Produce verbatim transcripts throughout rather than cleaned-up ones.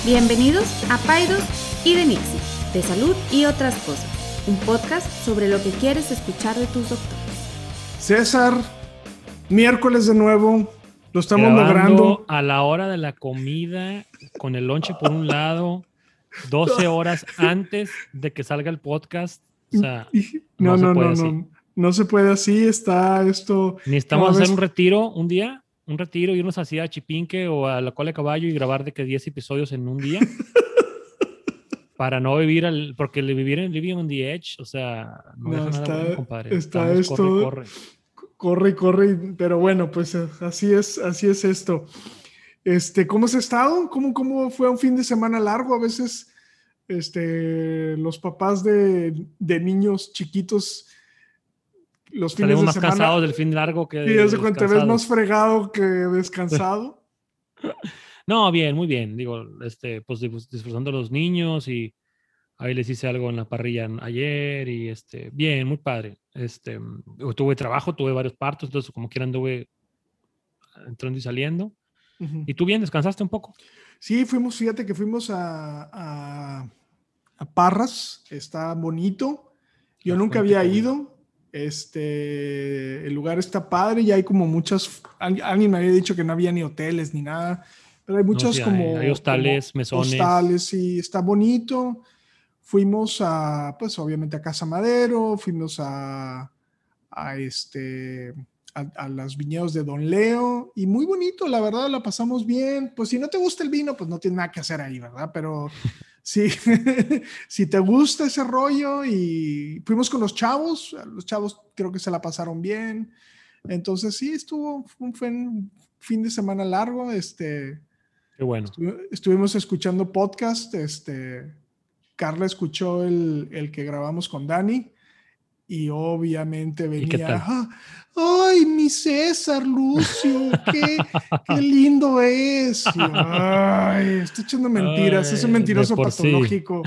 Bienvenidos a Paidos y de Nixie, de salud y otras cosas, un podcast sobre lo que quieres escuchar de tus doctores. César, miércoles de nuevo, lo estamos Grabando logrando. A la hora de la comida, con el lonche por un lado, doce horas antes de que salga el podcast. O sea, no, no, no, se puede no, así. no, no se puede así, está esto. Necesitamos cada hacer vez- un retiro un día, un retiro, irnos así a Chipinque o a la Cola de Caballo y grabar de que diez episodios en un día. Para no vivir, al, porque el vivir en Living on the Edge, o sea, no, No, deja nada está- bueno, compadre. está Estamos esto- corre y corre. Corre y corre, pero bueno, pues eh, así es, así es esto. Este, ¿cómo has estado? ¿Cómo, cómo fue un fin de semana largo? A veces, este, los papás de, de niños chiquitos, los fines Salimos de más semana. cansados del fin largo que Sí, hace cuando te ves descansados. más fregado que descansado. No, bien, muy bien. Digo, este, pues dis- disfrutando a los niños y ahí les hice algo en la parrilla ayer y este, bien, muy padre. Este, mm, tuve trabajo, tuve varios partos, entonces como quiera anduve entrando y saliendo. Ujú. ¿Y tú bien? ¿Descansaste un poco? Sí, fuimos, fíjate que fuimos a, a, a Parras, está bonito. Yo La nunca Fuente había Común. ido. Este, el lugar está padre y hay como muchas. al- Alguien me había dicho que no había ni hoteles ni nada, pero hay No, muchos sí, hay, como. hay hostales, como mesones. hostales y está bonito. Fuimos a, pues obviamente a Casa Madero, fuimos a, a este. A, a los viñedos de Don Leo y muy bonito, la verdad, la pasamos bien. Pues si no te gusta el vino, pues no tienes nada que hacer ahí, ¿verdad? Pero sí, si te gusta ese rollo y fuimos con los chavos, los chavos creo que se la pasaron bien. Entonces sí, estuvo, fue un, fue un fin de semana largo. Este, Qué bueno. estu- estuvimos escuchando podcast. Este, Carla escuchó el, el que grabamos con Dani. Y obviamente ¿Y qué venía, tal? "Ah, ay, mi César Lucio, qué, qué lindo es". Y yo, ay, estoy echando mentiras, es un Ay, de mentiroso por sí. patológico.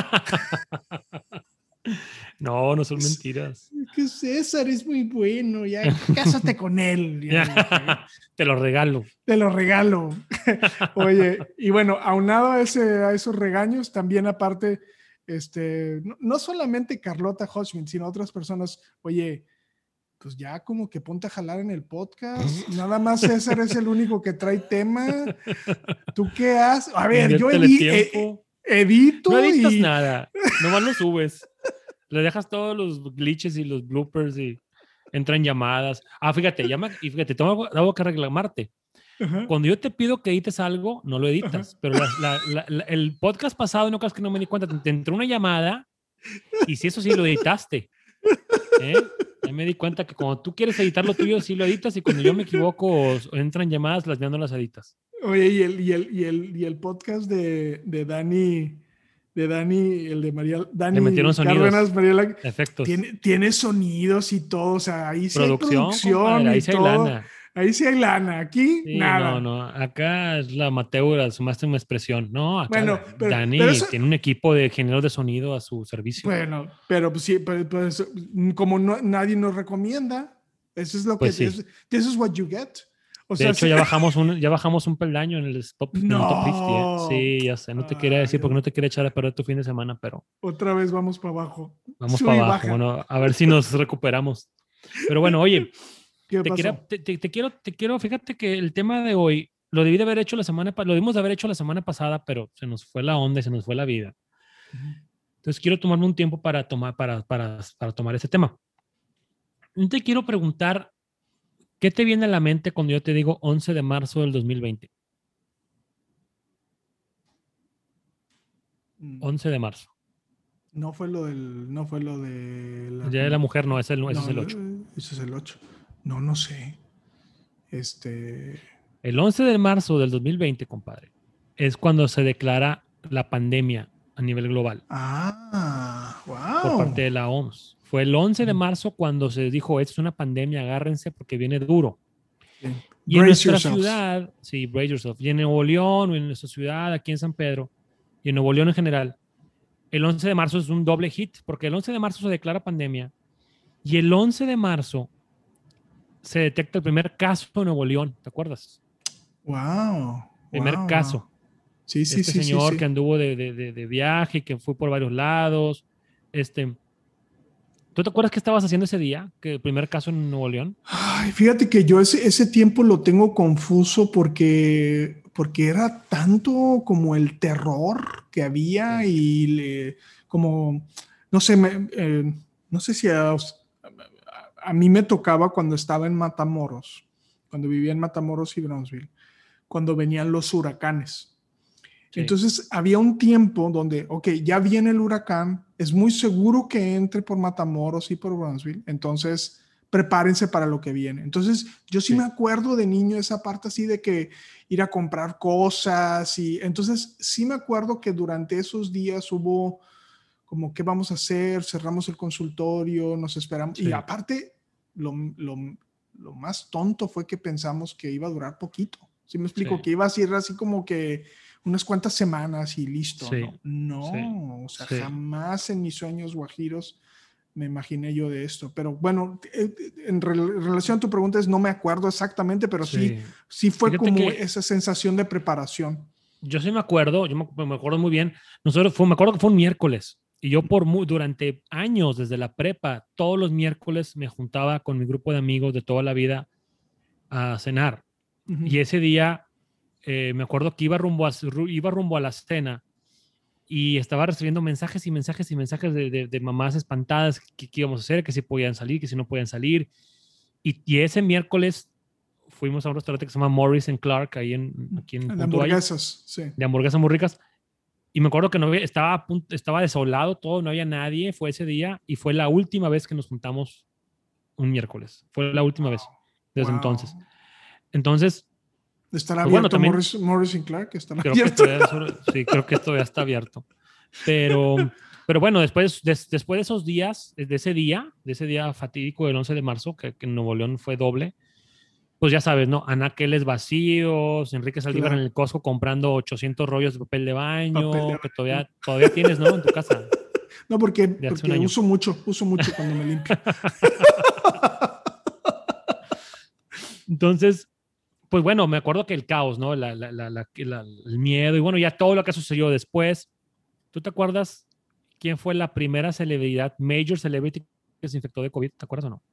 No, no son mentiras. Que César es muy bueno, ya cásate con él. Ya, dije, Te lo regalo. te lo regalo. Oye, y bueno, aunado a, ese, a esos regaños, también aparte, este, no, no solamente Carlota Hodgman, sino otras personas, oye, pues ya como que ponte a jalar en el podcast. Nada más César es el único que trae tema. ¿Tú qué haces? A ver, yo Inviértele edi- eh, tiempo. eh, edito No editas y... nada, nomás lo subes. Le dejas todos los glitches y los bloopers y entran llamadas. Ah, fíjate, llama y fíjate, tengo algo que reclamarte. Ajá, Cuando yo te pido que edites algo, no lo editas. ajá. Pero la- la- la- la- el podcast pasado, no creas que no me di cuenta, te, te entró una llamada y si eso sí lo editaste. ¿eh? Ahí me di cuenta que cuando tú quieres editar lo tuyo, sí lo editas y cuando yo me equivoco o, o entran llamadas, las mías no las editas. Oye, y el, y el, y el, y el podcast de, de Dani, de Dani, el de María, Dani Le metieron sonidos, Cárdenas, Mariela, efectos. tiene, tiene sonidos y todo, o sea, ahí sí Producción, hay producción compadre, ahí y sí hay todo. lana. Ahí sí hay lana, aquí Sí, nada. no, no, acá es la amateur, su máxima expresión. No, acá Bueno, Da- pero- Dani pero eso- tiene un equipo de ingenieros de sonido a su servicio. Bueno, pero pues sí, pues, pues, como no, nadie nos recomienda, eso es lo Pues que sí. es, this is what you get. O De sea, hecho, sí- ya bajamos un, ya bajamos un peldaño en el top, en el top cincuenta. ¿eh? No. Sí, ya sé, no te quería decir Ay, porque no te quería echar a perder tu fin de semana, pero otra vez vamos para abajo. vamos Sube para y abajo. baja. Bueno, a ver si nos recuperamos. Pero bueno, oye, ¿Qué te, pasó? quería, te, te- te quiero, te quiero, fíjate que el tema de hoy lo debí de haber hecho la semana, pa- lo debimos de haber hecho la semana pasada, pero se nos fue la onda y se nos fue la vida. Entonces quiero tomarme un tiempo para tomar, para, para, para tomar ese tema. Yo te quiero preguntar, ¿qué te viene a la mente cuando yo te digo once de marzo del dos mil veinte? Mm. once de marzo. No fue lo del, no fue lo de la, El Día de la Mujer, no, ese es el, ese no, es el ocho. Ese es el ocho. No, no sé. Este, El once de marzo del dos mil veinte, compadre, es cuando se declara la pandemia a nivel global ah, wow. por parte de la O M S. Fue el once de marzo cuando se dijo, esto es una pandemia, agárrense porque viene duro. Bien. Y en Brace nuestra yourselves. ciudad, sí, brace yourself, y en Nuevo León, o en nuestra ciudad, aquí en San Pedro, y en Nuevo León en general, el once de marzo es un doble hit, porque el once de marzo se declara pandemia, y el once de marzo se detecta el primer caso en Nuevo León, ¿te acuerdas? Wow. Primer wow, caso. Sí, sí, Este sí, sí, señor sí. que anduvo de, de, de, de viaje, que fue por varios lados. Este, ¿tú te acuerdas qué estabas haciendo ese día? Que el primer caso en Nuevo León. Ay, fíjate que yo ese, ese tiempo lo tengo confuso porque, porque era tanto como el terror que había Sí, y le- como, no sé, me- eh, no sé si a, us- a- a mí me tocaba cuando estaba en Matamoros, cuando vivía en Matamoros y Brownsville, cuando venían los huracanes. sí, Entonces había un tiempo donde, ok, ya viene el huracán, es muy seguro que entre por Matamoros y por Brownsville, entonces prepárense para lo que viene. Entonces yo sí me sí, acuerdo de niño esa parte así de que ir a comprar cosas y entonces sí me acuerdo que durante esos días hubo como, ¿qué vamos a hacer? Cerramos el consultorio, nos esperamos y sí, aparte lo, lo, lo más tonto fue que pensamos que iba a durar poquito. ¿Sí me explico? sí, Que iba a ser así como que unas cuantas semanas y listo, sí, ¿no? sí, No, o sea, sí. jamás en mis sueños guajiros me imaginé yo de esto. Pero bueno, eh, en re- relación a tu pregunta, es, no me acuerdo exactamente, pero sí, Sí. sí fue Fíjate como que esa sensación de preparación. yo sí me acuerdo, yo me, me acuerdo muy bien. Nosotros fue, me acuerdo que fue un miércoles y yo por mu- durante años desde la prepa, todos los miércoles me juntaba con mi grupo de amigos de toda la vida a cenar. Ujú. Y ese día eh, me acuerdo que iba rumbo a, ru- iba rumbo a la cena y estaba recibiendo mensajes y mensajes y mensajes de, de, de mamás espantadas que, que íbamos a hacer, que si podían salir, que si no podían salir. Y, y ese miércoles fuimos a un restaurante que se llama Morris and Clark, ahí en, aquí en De Punto Valle, hamburguesas, sí. de hamburguesas muy ricas. Y me acuerdo que no había, estaba, a punto, estaba desolado todo, no había nadie, fue ese día y fue la última vez que nos juntamos un miércoles. Fue la última vez desde entonces. Wow. Entonces, ¿Estará pues bueno, abierto también Morris, Morris y Clark? ¿Estará creo que abierto? todavía, sí, creo que todavía está abierto. Pero, pero bueno, después, des, después de esos días, de ese día, de ese día fatídico del once de marzo, que, que en Nuevo León fue doble, pues ya sabes, ¿no? Anaqueles vacíos, Enrique Saldívar en Claro, el Costco comprando ochocientos rollos de papel de papel de baño, que baño. todavía, todavía tienes, ¿no? En tu casa, No, porque, de hace un porque año. uso mucho, uso mucho cuando me limpio. Entonces, pues bueno, me acuerdo que el caos, ¿no? La, la, la, la, la, el miedo y bueno, ya todo lo que sucedió después. ¿Tú te acuerdas quién fue la primera celebridad, major celebrity que se infectó de COVID? ¿Te acuerdas o no?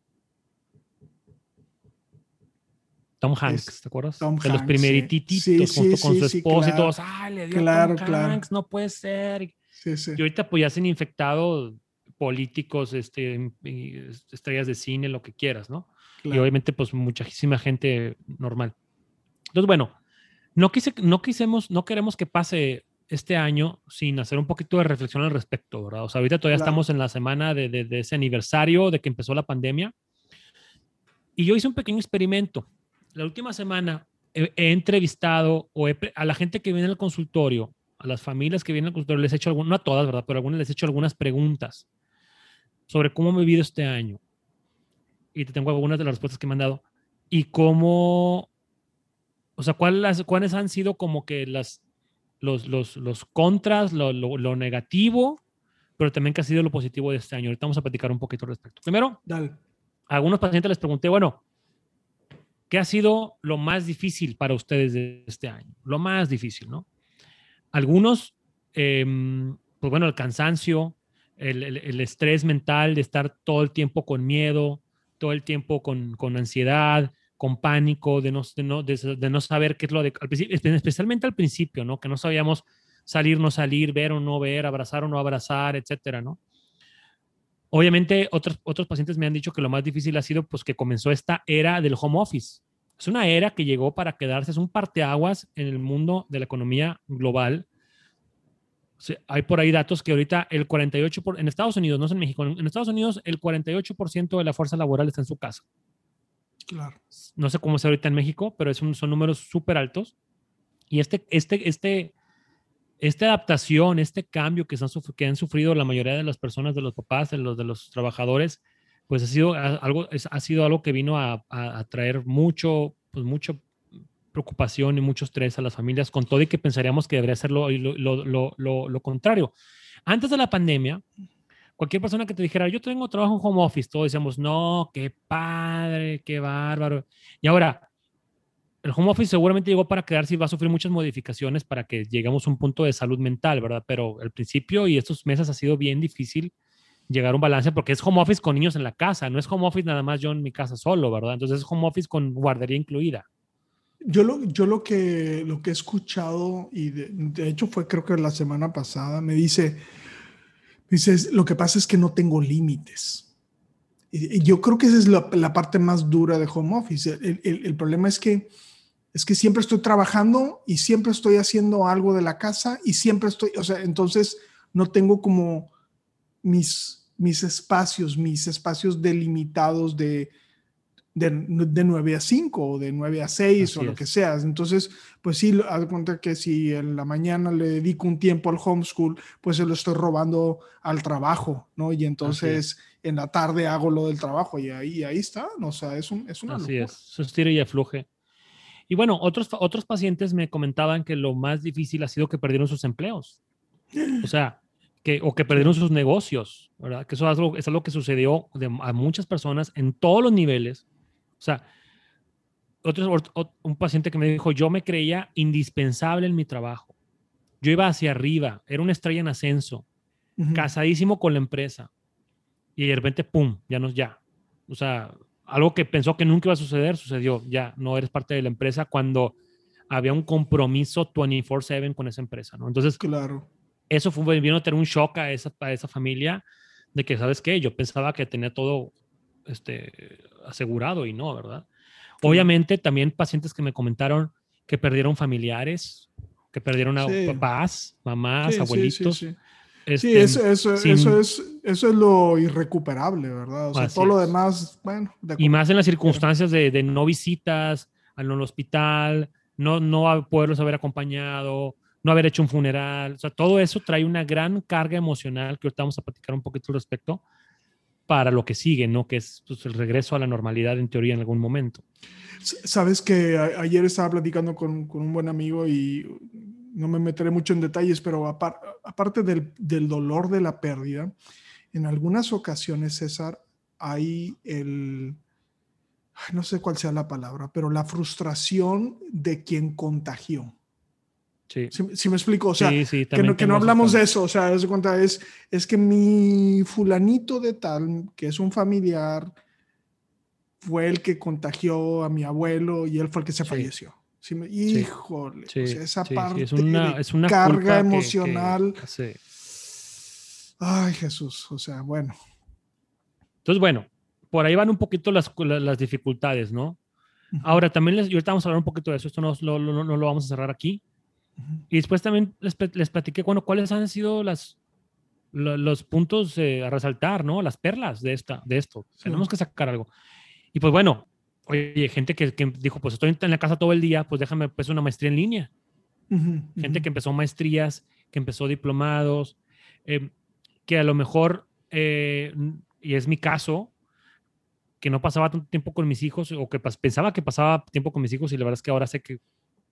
Tom Hanks, Es ¿te acuerdas? Tom De los Hanks, sí. Sí, primerititos, sí, junto con sí, su sí, esposa y claro. todos, ¡ay, le dio a Tom Claro, claro. Hanks! No puede ser. Sí, sí, Y ahorita pues ya se han infectado políticos, este, y estrellas de cine, lo que quieras, ¿no? Y claro. obviamente pues muchísima gente normal. Entonces, bueno, no, quise, no quisimos, no queremos que pase este año sin hacer un poquito de reflexión al respecto, ¿verdad? O sea, ahorita todavía Claro. estamos en la semana de, de, de ese aniversario de que empezó la pandemia y yo hice un pequeño experimento. La última semana he, he entrevistado o he, a la gente que viene al consultorio, a las familias que vienen al consultorio, les he hecho, algún, no a todas, ¿verdad? Pero a algunas les he hecho algunas preguntas sobre cómo me he vivido este año. Y te tengo algunas de las respuestas que me han dado. Y cómo, o sea, ¿cuáles, cuáles han sido como que las, los, los, los contras, lo, lo, lo negativo, pero también qué ha sido lo positivo de este año? Ahorita vamos a platicar un poquito al respecto. Primero, Dale. a algunos pacientes les pregunté, bueno, ¿qué ha sido lo más difícil para ustedes de este año? Lo más difícil, ¿no? Algunos, eh, pues bueno, el cansancio, el, el, el, estrés mental de estar todo el tiempo con miedo, todo el tiempo con, con ansiedad, con pánico, de no, de, no, de, de no saber qué es lo de, al especialmente al principio, ¿no? Que no sabíamos salir, no salir, ver o no ver, abrazar o no abrazar, etcétera, ¿no? Obviamente, otros, otros pacientes me han dicho que lo más difícil ha sido pues que comenzó esta era del home office. Es una era que llegó para quedarse, es un parteaguas en el mundo de la economía global. O sea, hay por ahí datos que ahorita el cuarenta y ocho por ciento, en Estados Unidos, no es en México, en Estados Unidos el cuarenta y ocho por ciento de la fuerza laboral está en su casa. Claro. No sé cómo es ahorita en México, pero es un, son números súper altos. Y este, este, este, esta adaptación, este cambio que, han, que han sufrido la mayoría de las personas, de los papás, de los, de los trabajadores, pues ha sido algo, es, ha sido algo que vino a, a, a traer mucho, pues mucho preocupación y mucho estrés a las familias, con todo y que pensaríamos que debería ser lo, lo, lo, lo, lo contrario. Antes de la pandemia, cualquier persona que te dijera, yo tengo trabajo en home office, todos decíamos, no, qué padre, qué bárbaro. Y ahora, el home office seguramente llegó para quedarse y va a sufrir muchas modificaciones para que lleguemos a un punto de salud mental, ¿verdad? Pero al principio y estos meses ha sido bien difícil llegar a un balance porque es home office con niños en la casa, no es home office nada más yo en mi casa solo, ¿verdad? Entonces es home office con guardería incluida. Yo lo, yo lo, que, lo que he escuchado, y de, de hecho fue creo que la semana pasada, me dice, dice, lo que pasa es que no tengo límites. Y, y yo creo que esa es la, la parte más dura de home office. El, el, el problema es que, es que siempre estoy trabajando y siempre estoy haciendo algo de la casa y siempre estoy, o sea, entonces no tengo como mis, mis espacios, mis espacios delimitados de De, de nueve a cinco o de nueve a seis Así o lo es. que sea. Entonces, pues sí, haz de cuenta que si en la mañana le dedico un tiempo al homeschool, pues se lo estoy robando al trabajo, ¿no? Y entonces en la tarde hago lo del trabajo y ahí, ahí está, ¿no? O sea, es, un, es una Así locura. es, eso es tira y afluje. Y bueno, otros, otros pacientes me comentaban que lo más difícil ha sido que perdieron sus empleos. O sea, que, o que perdieron sí. sus negocios, ¿verdad? Que eso es algo, es algo que sucedió de, a muchas personas en todos los niveles. O sea, otro, otro, un paciente que me dijo, yo me creía indispensable en mi trabajo. Yo iba hacia arriba, era una estrella en ascenso, uh-huh. casadísimo con la empresa. Y de repente, pum, ya no, ya. O sea, algo que pensó que nunca iba a suceder, sucedió. Ya, no eres parte de la empresa cuando había un compromiso veinticuatro siete con esa empresa, ¿no? Entonces, claro. Eso fue, vino a tener un shock a esa, a esa familia de que, ¿sabes qué? Yo pensaba que tenía todo este, asegurado y no, ¿verdad? Claro. Obviamente, también pacientes que me comentaron que perdieron familiares, que perdieron a sí. papás, mamás, sí, abuelitos. Sí, sí, sí. Este, sí eso, eso, sin... eso, es, eso es lo irrecuperable, ¿verdad? O sea, Así todo es. Lo demás, bueno. De y más en las circunstancias de, de no visitas al hospital, no, no poderlos haber acompañado, no haber hecho un funeral, o sea, todo eso trae una gran carga emocional que ahorita vamos a platicar un poquito al respecto para lo que sigue, ¿no? Que es pues, el regreso a la normalidad en teoría en algún momento. Sabes que a, ayer estaba platicando con, con un buen amigo y no me meteré mucho en detalles, pero apar, aparte del, del dolor de la pérdida, en algunas ocasiones, César, hay el, no sé cuál sea la palabra, pero la frustración de quien contagió. Sí. ¿Sí, sí me explico? O sea, sí, sí, que no, que no hablamos de eso. O sea, es, es, es que mi fulanito de tal, que es un familiar, fue el que contagió a mi abuelo y él fue el que se sí. falleció. ¿Sí me, híjole, sí. o sea, esa sí, parte sí. Es una, de es una carga emocional. Que, que, sí. Ay, Jesús, o sea, bueno. Entonces, bueno, por ahí van un poquito las, las dificultades, ¿no? Uh-huh. Ahora, también les, y ahorita vamos a hablar un poquito de eso, esto no, no, no, no lo vamos a cerrar aquí. Uh-huh. Y después también les, les platiqué, bueno, cuáles han sido las, lo, los puntos eh, a resaltar, ¿no? Las perlas de, esta, de esto. Sí. Tenemos que sacar algo. Y pues bueno, oye, gente que, que dijo, pues estoy en la casa todo el día, pues déjame pues una maestría en línea. Uh-huh. Gente uh-huh. que empezó maestrías, que empezó diplomados, eh, que a lo mejor, eh, y es mi caso, que no pasaba tanto tiempo con mis hijos o que pensaba que pasaba tiempo con mis hijos y la verdad es que ahora sé que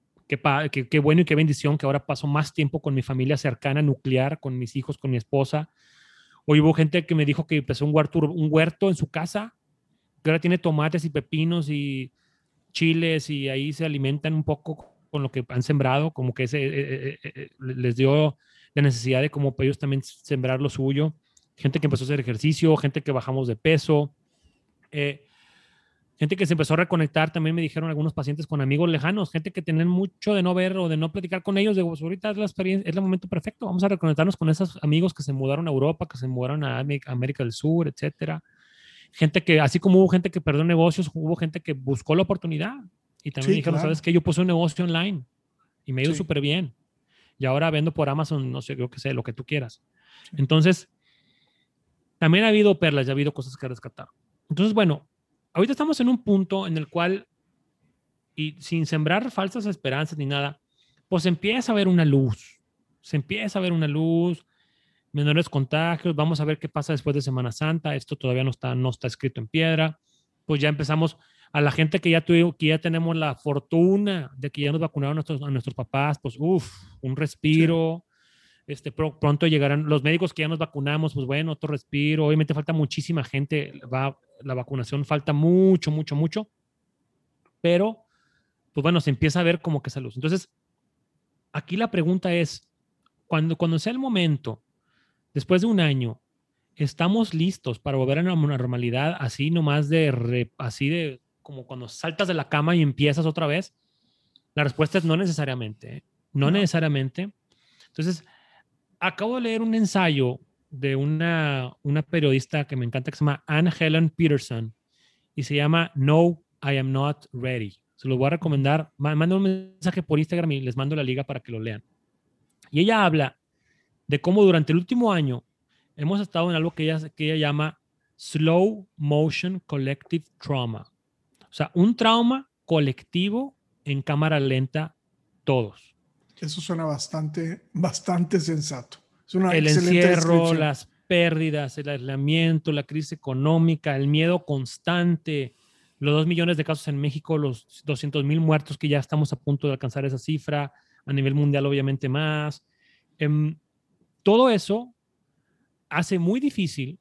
qué que, bueno y qué bendición que ahora paso más tiempo con mi familia cercana, nuclear, con mis hijos, con mi esposa. Hoy hubo gente que me dijo que empezó un huerto, un huerto en su casa, que ahora tiene tomates y pepinos y chiles y ahí se alimentan un poco con lo que han sembrado, como que ese, eh, eh, eh, les dio la necesidad de como ellos también sembrar lo suyo. Gente que empezó a hacer ejercicio, gente que bajamos de peso, eh, gente que se empezó a reconectar, también me dijeron algunos pacientes con amigos lejanos, gente que tenían mucho de no ver o de no platicar con ellos, de pues ahorita es la experiencia, es el momento perfecto, vamos a reconectarnos con esos amigos que se mudaron a Europa, que se mudaron a América del Sur, etcétera. Gente que, así como hubo gente que perdió negocios, hubo gente que buscó la oportunidad y también sí, me dijeron, claro. ¿Sabes qué? Yo puse un negocio online y me ha ido súper sí. bien y ahora vendo por Amazon, no sé, yo qué sé, lo que tú quieras. Sí. Entonces, también ha habido perlas, ya ha habido cosas que rescatar. Entonces, bueno, ahorita estamos en un punto en el cual, y sin sembrar falsas esperanzas ni nada, pues empieza a ver una luz. Se empieza a ver una luz, menores contagios, vamos a ver qué pasa después de Semana Santa. Esto todavía no está, no está escrito en piedra. Pues ya empezamos, a la gente que ya, tuvo, que ya tenemos la fortuna de que ya nos vacunaron a nuestros, a nuestros papás, pues uff, un respiro. Sí. Este, pr- pronto llegarán los médicos que ya nos vacunamos, pues bueno, otro respiro. Obviamente falta muchísima gente, va, la vacunación falta mucho, mucho, mucho, pero pues bueno, se empieza a ver como que esa luz. Entonces, aquí la pregunta es, cuando, cuando sea el momento, después de un año, ¿estamos listos para volver a una normalidad así nomás de, re, así de, como cuando saltas de la cama y empiezas otra vez? La respuesta es no necesariamente, ¿eh? No, no necesariamente. Entonces, acabo de leer un ensayo de una, una periodista que me encanta que se llama Anne Helen Peterson y se llama No, I Am Not Ready. Se los voy a recomendar. Manda un mensaje por Instagram y les mando la liga para que lo lean. Y ella habla de cómo durante el último año hemos estado en algo que ella, que ella llama Slow Motion Collective Trauma. O sea, un trauma colectivo en cámara lenta todos. Eso suena bastante, bastante sensato. Es una el excelente encierro, descripción. las pérdidas, el aislamiento, la crisis económica, el miedo constante, los dos millones de casos en México, los doscientos mil muertos que ya estamos a punto de alcanzar esa cifra, a nivel mundial obviamente más. Eh, todo eso hace muy difícil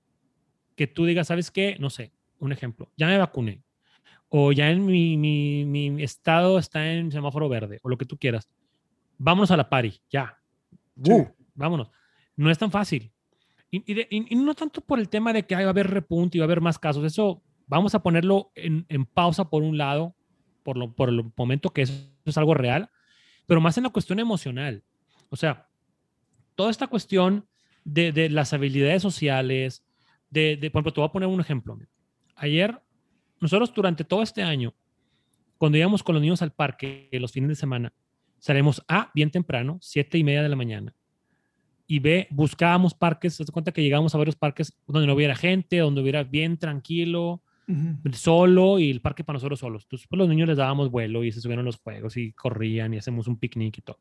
que tú digas, ¿sabes qué? No sé, un ejemplo, ya me vacuné, o ya en mi, mi, mi estado está en semáforo verde, o lo que tú quieras. Vámonos a la party, ya. Uh, sí. Vámonos. No es tan fácil. Y, y, de, y, y no tanto por el tema de que ay, va a haber repunte y va a haber más casos. Eso vamos a ponerlo en, en pausa por un lado, por, lo, por el momento que eso es algo real, pero más en la cuestión emocional. O sea, toda esta cuestión de, de las habilidades sociales, de, de, por ejemplo, te voy a poner un ejemplo. Ayer, nosotros durante todo este año, cuando íbamos con los niños al parque los fines de semana, salimos A, bien temprano, siete y media de la mañana, y B, buscábamos parques, se da cuenta que llegábamos a varios parques donde no hubiera gente, donde hubiera bien tranquilo, uh-huh. solo, y el parque para nosotros solos. Entonces, pues los niños les dábamos vuelo y se subieron los juegos y corrían y hacemos un picnic y todo.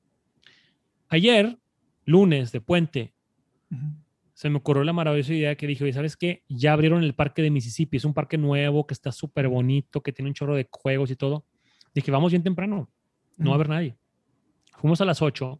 Ayer, lunes de puente, uh-huh. se me ocurrió la maravillosa idea que dije, oye, ¿sabes qué? Ya abrieron el parque de Mississippi, es un parque nuevo que está súper bonito, que tiene un chorro de juegos y todo. Dije, vamos bien temprano, no uh-huh. va a haber nadie. Fuimos a las ocho,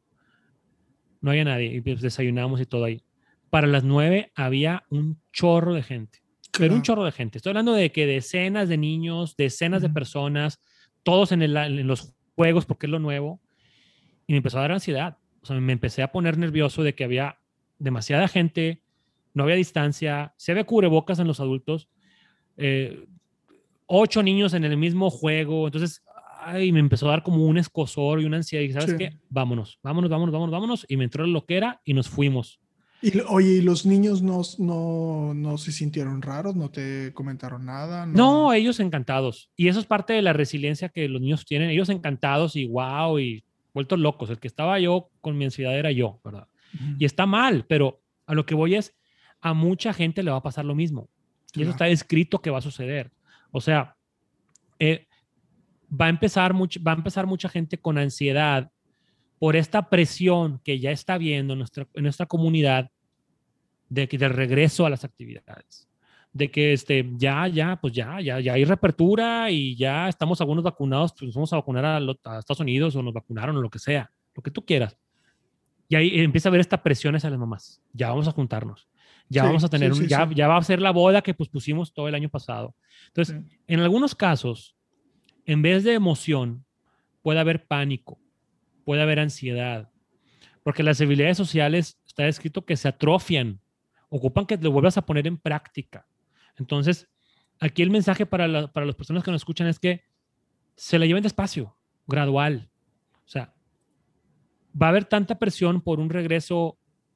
no había nadie, y pues desayunamos y todo ahí. Para las nueve había un chorro de gente, claro. pero un chorro de gente. Estoy hablando de que decenas de niños, decenas uh-huh. de personas, todos en, el, en los juegos porque es lo nuevo, y me empezó a dar ansiedad. O sea, me empecé a poner nervioso de que había demasiada gente, no había distancia, se había cubrebocas en los adultos, eh, ocho niños en el mismo juego, entonces... Ay, me empezó a dar como un escozor y una ansiedad. Y ¿sabes sí. qué? Vámonos, vámonos, vámonos, vámonos, vámonos. Y me entró la loquera y nos fuimos. Y, oye, ¿y los niños no, no, no se sintieron raros? ¿No te comentaron nada? No. no, ellos encantados. Y eso es parte de la resiliencia que los niños tienen. Ellos encantados y wow, y vueltos locos. El que estaba yo con mi ansiedad era yo, ¿verdad? Uh-huh. Y está mal, pero a lo que voy es, a mucha gente le va a pasar lo mismo. Y claro. eso está escrito que va a suceder. O sea, eh, Va a, empezar much, va a empezar mucha gente con ansiedad por esta presión que ya está viendo en nuestra, en nuestra comunidad de, de regreso a las actividades. De que este, ya, ya, pues ya, ya, ya hay reapertura y ya estamos algunos vacunados, pues nos vamos a vacunar a, a Estados Unidos o nos vacunaron o lo que sea, lo que tú quieras. Y ahí empieza a haber esta presión hacia las mamás. Ya vamos a juntarnos. Ya sí, vamos a tener, sí, un, sí, ya, sí. ya va a ser la boda que pues, pusimos todo el año pasado. Entonces, sí. en algunos casos, en vez de emoción, puede haber pánico, puede haber ansiedad, porque las habilidades sociales está escrito que se atrofian, ocupan que lo vuelvas a poner en práctica. Entonces, aquí el mensaje para, la, para las personas que nos escuchan es que se la lleven despacio, gradual. O sea, va a haber tanta presión por un regreso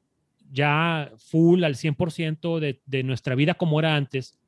ya full al cien por ciento de, de nuestra vida como era antes,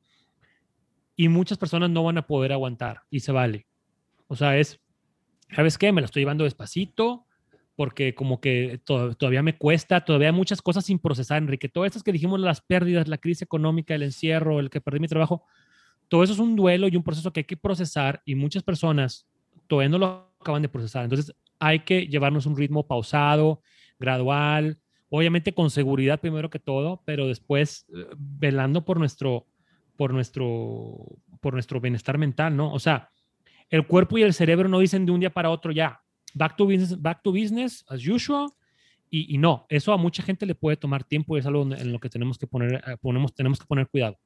y muchas personas no van a poder aguantar, y se vale. O sea, es, ¿sabes qué? Me la estoy llevando despacito, porque como que to- todavía me cuesta, todavía hay muchas cosas sin procesar, Enrique. Todas estas que dijimos, las pérdidas, la crisis económica, el encierro, el que perdí mi trabajo, todo eso es un duelo y un proceso que hay que procesar, y muchas personas todavía no lo acaban de procesar. Entonces, hay que llevarnos un ritmo pausado, gradual, obviamente con seguridad primero que todo, pero después eh, velando por nuestro, por nuestro, por nuestro bienestar mental, ¿no? O sea, el cuerpo y el cerebro no dicen de un día para otro ya, back to business, back to business as usual, y, y no, eso a mucha gente le puede tomar tiempo y es algo en lo que tenemos que poner, ponemos, tenemos que poner cuidado.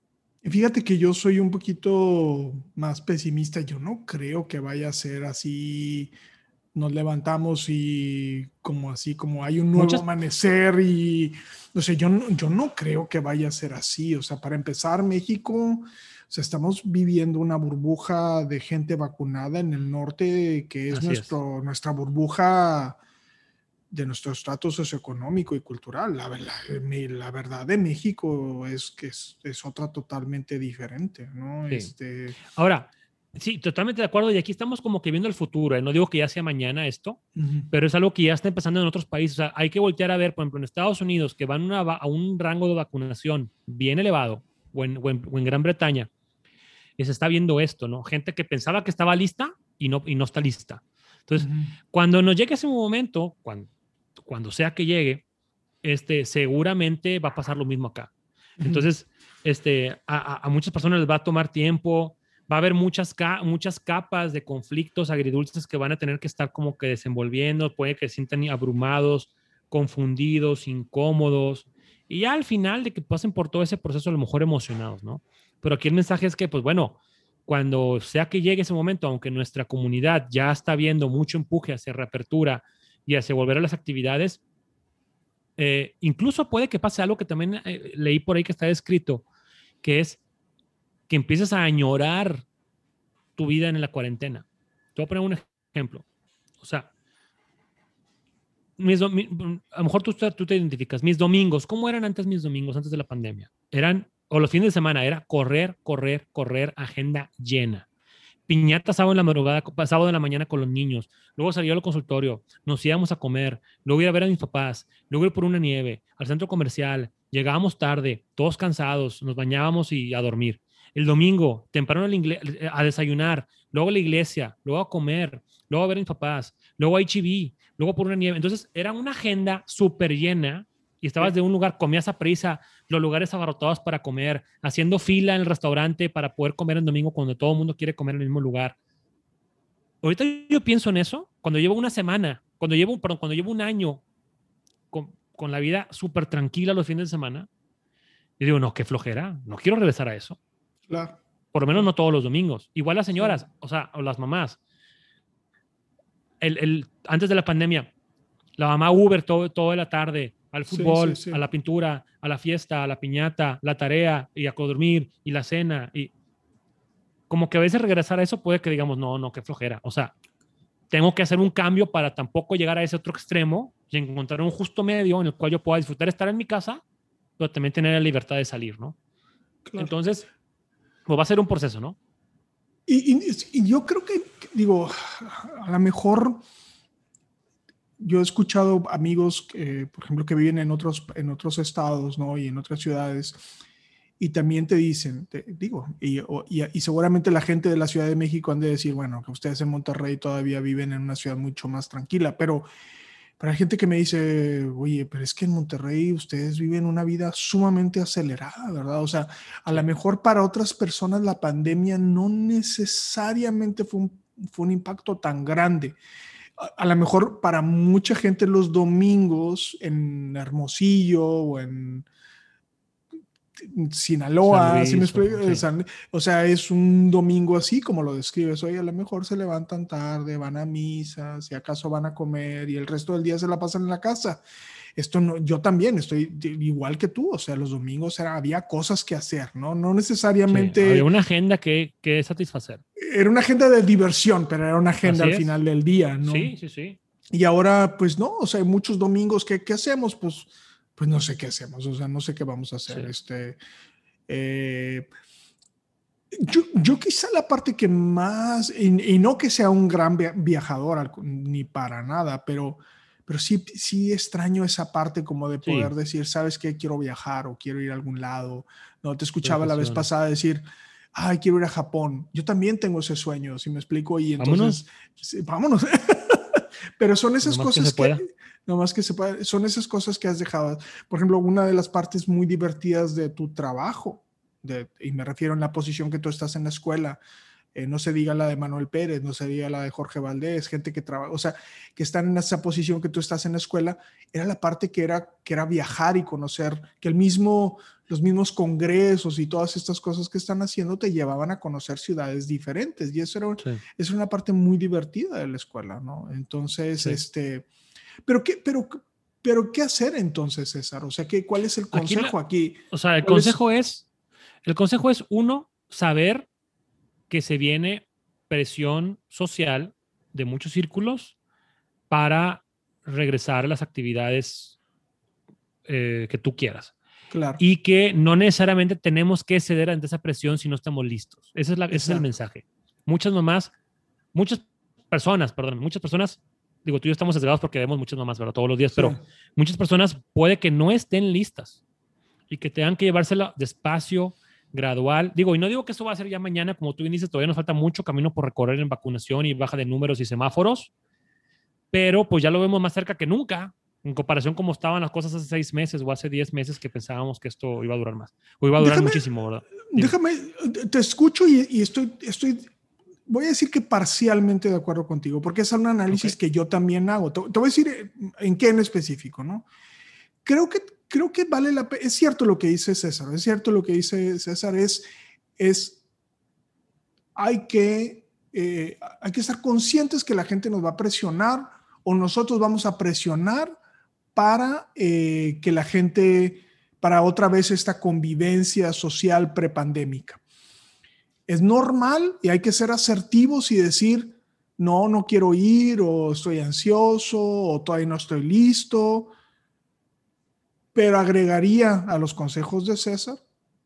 Fíjate que yo soy un poquito más pesimista. Yo no creo que vaya a ser así. Nos levantamos y como así, como hay un nuevo Muchas, amanecer y, no sé, yo no, yo no creo que vaya a ser así. O sea, para empezar, México, o sea, estamos viviendo una burbuja de gente vacunada en el norte, que es así es. nuestro, nuestra burbuja de nuestro estatus socioeconómico y cultural. La, verdad, la verdad de México es que es, es otra totalmente diferente, ¿no? Sí. Este, Ahora, sí, totalmente de acuerdo. Y aquí estamos como que viendo el futuro. ¿eh? No digo que ya sea mañana esto, uh-huh. pero es algo que ya está empezando en otros países. O sea, hay que voltear a ver, por ejemplo, en Estados Unidos, que van una, a un rango de vacunación bien elevado, o en, o en, o en Gran Bretaña, y se está viendo esto, ¿no? Gente que pensaba que estaba lista y no, y no está lista. Entonces, Uh-huh. cuando nos llegue ese momento, cuando, cuando sea que llegue, este, seguramente va a pasar lo mismo acá. Entonces, este, a, a, muchas personas les va a tomar tiempo, va a haber muchas, ca muchas capas de conflictos agridulces que van a tener que estar como que desenvolviendo, puede que se sientan abrumados, confundidos, incómodos, y ya al final de que pasen por todo ese proceso, a lo mejor emocionados, ¿no? Pero aquí el mensaje es que, pues bueno, cuando sea que llegue ese momento, aunque nuestra comunidad ya está viendo mucho empuje hacia reapertura y hacia volver a las actividades, eh, incluso puede que pase algo que también eh, leí por ahí que está escrito, que es que empieces a añorar tu vida en la cuarentena. Te voy a poner un ejemplo. O sea, mis, mi, a lo mejor tú, tú te identificas. Mis domingos, ¿cómo eran antes mis domingos, antes de la pandemia? Eran, o los fines de semana, era correr, correr, correr, agenda llena. Piñata sábado en la madrugada, sábado en la mañana con los niños, luego salía al consultorio, nos íbamos a comer, luego ir a ver a mis papás, luego ir por una nieve, al centro comercial, llegábamos tarde, todos cansados, nos bañábamos y a dormir. El domingo, temprano a desayunar, luego a la iglesia, luego a comer, luego a ver a mis papás, luego a H E B, luego por una nieve. Entonces era una agenda súper llena y estabas de un lugar, comías a prisa, los lugares abarrotados para comer, haciendo fila en el restaurante para poder comer el domingo cuando todo el mundo quiere comer en el mismo lugar. Ahorita yo pienso en eso cuando llevo una semana, cuando llevo, perdón, cuando llevo un año con, con la vida súper tranquila los fines de semana, y digo, no, qué flojera, no quiero regresar a eso. Claro. Por lo menos no todos los domingos. Igual las señoras, sí. o sea, o las mamás. El, el, antes de la pandemia, la mamá Uber todo, toda la tarde, al fútbol, sí, sí, sí. a la pintura, a la fiesta, a la piñata, la tarea, y a dormir, y la cena, y como que a veces regresar a eso puede que digamos, no, no, qué flojera. O sea, tengo que hacer un cambio para tampoco llegar a ese otro extremo y encontrar un justo medio en el cual yo pueda disfrutar estar en mi casa, pero también tener la libertad de salir, ¿no? Claro. Entonces, pues va a ser un proceso, ¿no? Y, y, y yo creo que, digo, a lo mejor yo he escuchado amigos, eh, por ejemplo, que viven en otros, en otros estados, ¿no? Y en otras ciudades, y también te dicen, te, digo, y, y, y seguramente la gente de la Ciudad de México han de decir, bueno, que ustedes en Monterrey todavía viven en una ciudad mucho más tranquila, pero para hay gente que me dice, oye, pero es que en Monterrey ustedes viven una vida sumamente acelerada, ¿verdad? O sea, a sí. lo mejor para otras personas la pandemia no necesariamente fue un, fue un impacto tan grande. A, a lo mejor para mucha gente los domingos en Hermosillo o en Sinaloa, ¿sí me explico? Sí. San, o sea, es un domingo así como lo describes. Oye, a lo mejor se levantan tarde, van a misa, si acaso van a comer y el resto del día se la pasan en la casa. Esto no, yo también estoy igual que tú, o sea, los domingos era, había cosas que hacer, ¿no? No necesariamente... Sí, había una agenda que, que satisfacer. Era una agenda de diversión, pero era una agenda al final del día, ¿no? Sí, sí, sí. Y ahora, pues no, o sea, hay muchos domingos que, ¿qué hacemos? Pues... pues no sé qué hacemos, o sea, no sé qué vamos a hacer. Sí. Este, eh, yo, yo quizá la parte que más, y, y no que sea un gran viajador, ni para nada, pero, pero sí, sí extraño esa parte como de poder sí. decir, ¿sabes qué? Quiero viajar o quiero ir a algún lado. No, te escuchaba la vez pasada decir, ay, quiero ir a Japón. Yo también tengo ese sueño, si me explico, y entonces, vámonos. Sí, vámonos. Pero son esas no cosas que... que No más que se puede, son esas cosas que has dejado. Por ejemplo, una de las partes muy divertidas de tu trabajo, de, y me refiero en la posición que tú estás en la escuela, Eh, no se diga la de Manuel Pérez, no se diga la de Jorge Valdés, gente que trabaja, o sea, que están en esa posición que tú estás en la escuela, era la parte que era, que era viajar y conocer, que el mismo, los mismos congresos y todas estas cosas que están haciendo te llevaban a conocer ciudades diferentes, y eso era, sí. es una parte muy divertida de la escuela, ¿no? Entonces, sí. este, pero qué, pero, pero ¿qué hacer entonces, César? O sea, ¿qué, ¿cuál es el consejo aquí? La, aquí? O sea, el consejo es? es, el consejo es, uno, saber que se viene presión social de muchos círculos para regresar a las actividades eh, que tú quieras. Claro. Y que no necesariamente tenemos que ceder ante esa presión si no estamos listos. Ese es, la, ese es el mensaje. Muchas mamás, muchas personas, perdón, muchas personas, digo, tú y yo estamos sesgados porque vemos muchas mamás, ¿verdad? Todos los días, sí. Pero muchas personas puede que no estén listas y que tengan que llevársela despacio, gradual. Digo, y no digo que eso va a ser ya mañana, como tú bien dices, todavía nos falta mucho camino por recorrer en vacunación y baja de números y semáforos, pero pues ya lo vemos más cerca que nunca, en comparación como estaban las cosas hace seis meses o hace diez meses que pensábamos que esto iba a durar más, o iba a durar déjame, muchísimo, ¿verdad? Dime. Déjame, te escucho y, y estoy, estoy, voy a decir que parcialmente de acuerdo contigo, porque es un análisis okay. que yo también hago. Te, te voy a decir en qué en específico, ¿no? Creo que Creo que vale la pena, es cierto lo que dice César, es cierto lo que dice César, es, es hay, que, eh, hay que estar conscientes que la gente nos va a presionar o nosotros vamos a presionar para eh, que la gente, para otra vez esta convivencia social prepandémica. Es normal y hay que ser asertivos y decir, no, no quiero ir, o estoy ansioso, o todavía no estoy listo. Pero agregaría a los consejos de César,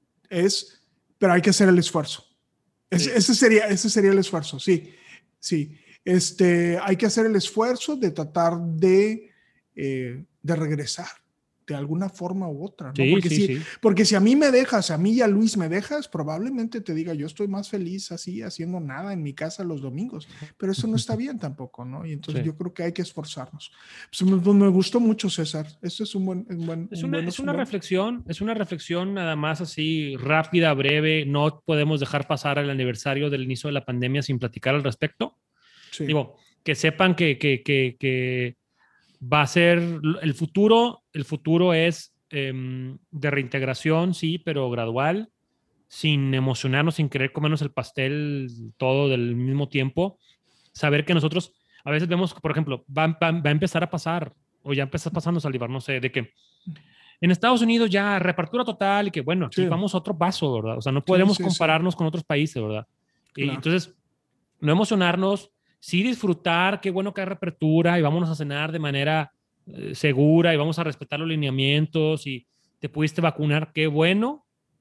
es, pero hay que hacer el esfuerzo. Es, sí. ese, sería, ese sería el esfuerzo, sí. sí. Este, hay que hacer el esfuerzo de tratar de, eh, de regresar de alguna forma u otra, ¿no? Sí, porque, sí, si, sí. porque si a mí me dejas, a mí y a Luis me dejas, probablemente te diga, yo estoy más feliz así, haciendo nada en mi casa los domingos, pero eso no está bien tampoco, ¿no? Y entonces sí. yo creo que hay que esforzarnos. Pues me, me gustó mucho, César. Esto es un buen... Un buen es un una, buen, es una buen... reflexión, es una reflexión nada más así rápida, breve. No podemos dejar pasar el aniversario del inicio de la pandemia sin platicar al respecto. Sí. Digo, que sepan que, que, que, que va a ser el futuro, el futuro es eh, de reintegración, sí, pero gradual, sin emocionarnos, sin querer comernos el pastel todo del mismo tiempo. Saber que nosotros a veces vemos, por ejemplo, va, va, va a empezar a pasar, o ya empezás pasando a salivar, no sé, de que en Estados Unidos ya reapertura total y que bueno, aquí sí. vamos a otro paso, ¿verdad? O sea, no podemos sí, sí, compararnos sí. con otros países, ¿verdad? Claro. Y entonces, no emocionarnos, sí disfrutar, qué bueno que hay reapertura y vámonos a cenar de manera eh, segura y vamos a respetar los lineamientos y te pudiste vacunar, qué bueno,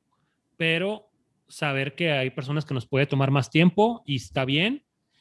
pero saber que hay personas que nos puede tomar más tiempo y está bien.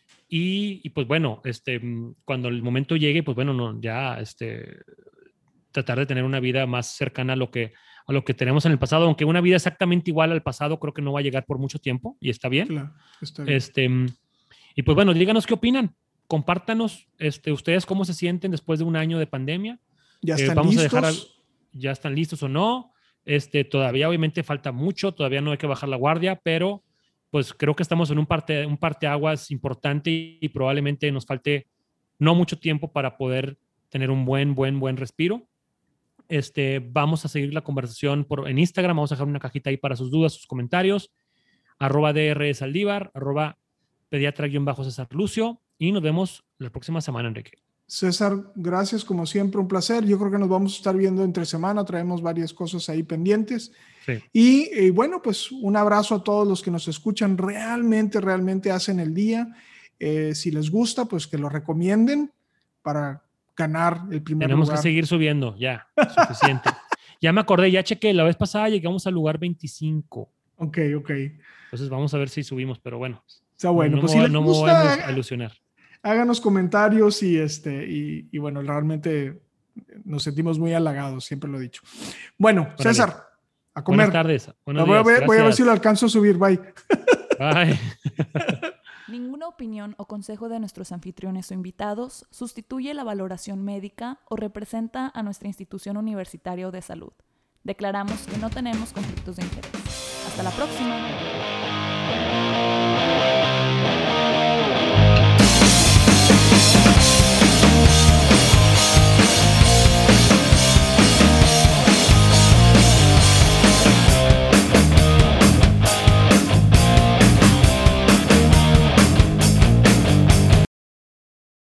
Y, y pues bueno, este, cuando el momento llegue, pues bueno, no, ya este, tratar de tener una vida más cercana a lo que, a lo que tenemos en el pasado, aunque una vida exactamente igual al pasado creo que no va a llegar por mucho tiempo y está bien. Claro, está bien. Este, y pues bueno, díganos qué opinan. Compártanos este, ustedes cómo se sienten después de un año de pandemia. ¿Ya están eh, vamos listos? A dejar a, ¿Ya están listos o no? Este, todavía obviamente falta mucho, todavía no hay que bajar la guardia, pero pues creo que estamos en un, parte, un parteaguas importante y, y probablemente nos falte no mucho tiempo para poder tener un buen, buen, buen respiro. Este, vamos a seguir la conversación por, en Instagram, vamos a dejar una cajita ahí para sus dudas, sus comentarios, arroba dr saldívar, arroba pediatra-césar Lucio, y nos vemos la próxima semana, Enrique. César, gracias, como siempre, un placer. Yo creo que nos vamos a estar viendo entre semana, traemos varias cosas ahí pendientes. Sí. Y eh, bueno, pues un abrazo a todos los que nos escuchan, realmente, realmente hacen el día. Eh, si les gusta, pues que lo recomienden para ganar el primer Tenemos lugar. que seguir subiendo, ya, suficiente. Ya me acordé, ya chequé, la vez pasada llegamos al lugar veinticinco. Ok, ok. Entonces vamos a ver si subimos, pero bueno. Está bueno, no, pues no, si les no gusta, me voy a ilusionar. Háganos comentarios y, este, y, y bueno, realmente nos sentimos muy halagados, siempre lo he dicho. Bueno, Órale. César, a comer. Buenas tardes. Buenos voy, días. A ver, voy a ver si lo alcanzo a subir. Bye. Bye. Ninguna opinión o consejo de nuestros anfitriones o invitados sustituye la valoración médica o representa a nuestra institución universitaria de salud. Declaramos que no tenemos conflictos de interés. Hasta la próxima.